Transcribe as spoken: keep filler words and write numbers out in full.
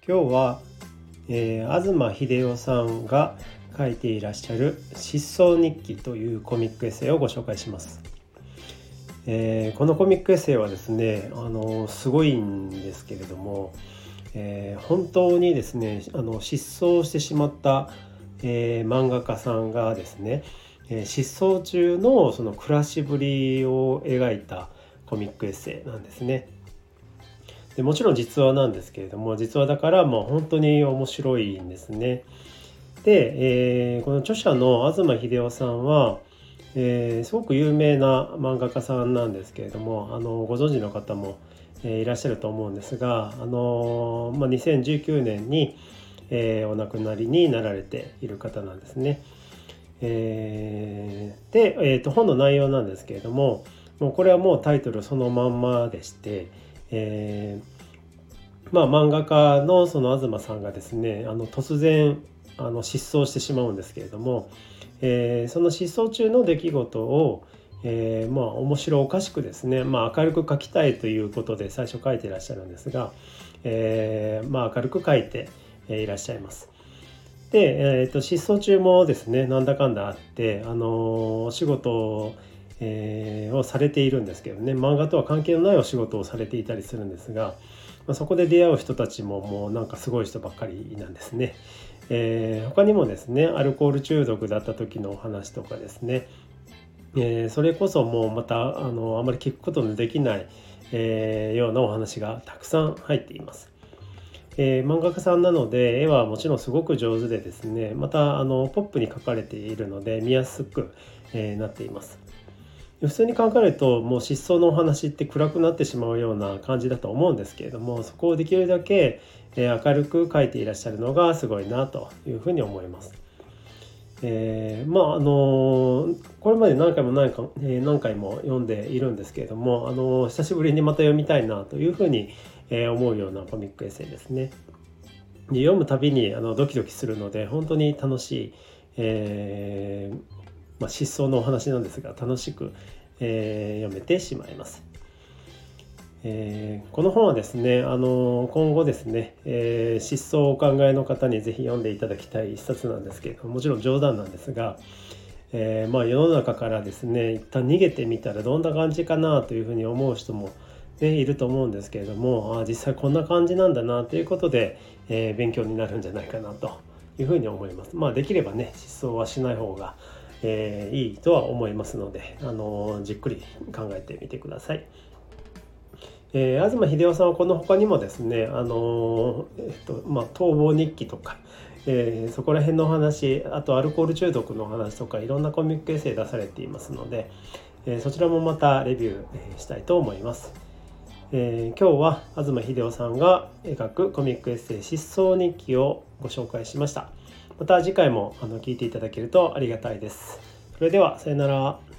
今日は、えー、東秀夫さんが書いていらっしゃる失踪日記というコミックエッセイをご紹介します。えー、このコミックエッセイはですね、あのすごいんですけれども、えー、本当にですねあの失踪してしまった、えー、漫画家さんがですね、えー、失踪中のその暮らしぶりを描いたコミックエッセイなんですね。でもちろん実話なんですけれども、実話だからもう本当に面白いんですね。で、えー、この著者の東秀夫さんは、えー、すごく有名な漫画家さんなんですけれども、あのご存知の方も、えー、いらっしゃると思うんですが、あのーまあ、にせんじゅうきゅうねんに、えー、お亡くなりになられている方なんですね。えー、で、えーと、本の内容なんですけれども、もうこれはもうタイトルそのまんまでして、えー、まあ漫画家のその東さんがですね、あの突然あの失踪してしまうんですけれども、えー、その失踪中の出来事を、えー、まあ面白おかしくですね、まあ、明るく書きたいということで最初書いていらっしゃるんですが、えー、まあ明るく書いていらっしゃいます。で、えー、と失踪中もですねなんだかんだあって、あのお仕事を、えーをされているんですけどね、漫画とは関係のないお仕事をされていたりするんですが、まあ、そこで出会う人たちももうなんかすごい人ばっかりなんですね。えー他にもですねアルコール中毒だった時のお話とかですね、えーそれこそもうまたあのあまり聞くことのできない、えーようなお話がたくさん入っています。えー漫画家さんなので絵はもちろんすごく上手でですね、またあのポップに描かれているので見やすく、えーなっています。普通に考えるともう失踪のお話って暗くなってしまうような感じだと思うんですけれども、そこをできるだけ、えー明るく描いていらっしゃるのがすごいなというふうに思います。えーまああのこれまで何回も何回,、えー何回も読んでいるんですけれども、あの久しぶりにまた読みたいなというふうに、えー思うようなコミックエッセイですね。で読むたびにあのドキドキするので本当に楽しい、えーまあ、失踪のお話なんですが楽しく、えー読めてしまいます。えーこの本はですね、あの今後ですね、えー失踪をお考えの方にぜひ読んでいただきたい一冊なんですけれども、もちろん冗談なんですが、えーまあ、世の中からですね一旦逃げてみたらどんな感じかなというふうに思う人も、ね、いると思うんですけれども、あ実際こんな感じなんだなということで、えー勉強になるんじゃないかなというふうに思います。まあできればね失踪はしない方が、えーいいとは思いますので、あのーじっくり考えてみてください。えー、東秀夫さんはこの他にもですね、あのーえっとまあ、逃亡日記とか、えーそこら辺のお話、あとアルコール中毒のお話とかいろんなコミックエッセイ出されていますので、えーそちらもまたレビューしたいと思います。えー今日は東秀夫さんが描くコミックエッセイ失踪日記をご紹介しました。また次回もあの聞いていただけるとありがたいです。それではさよなら。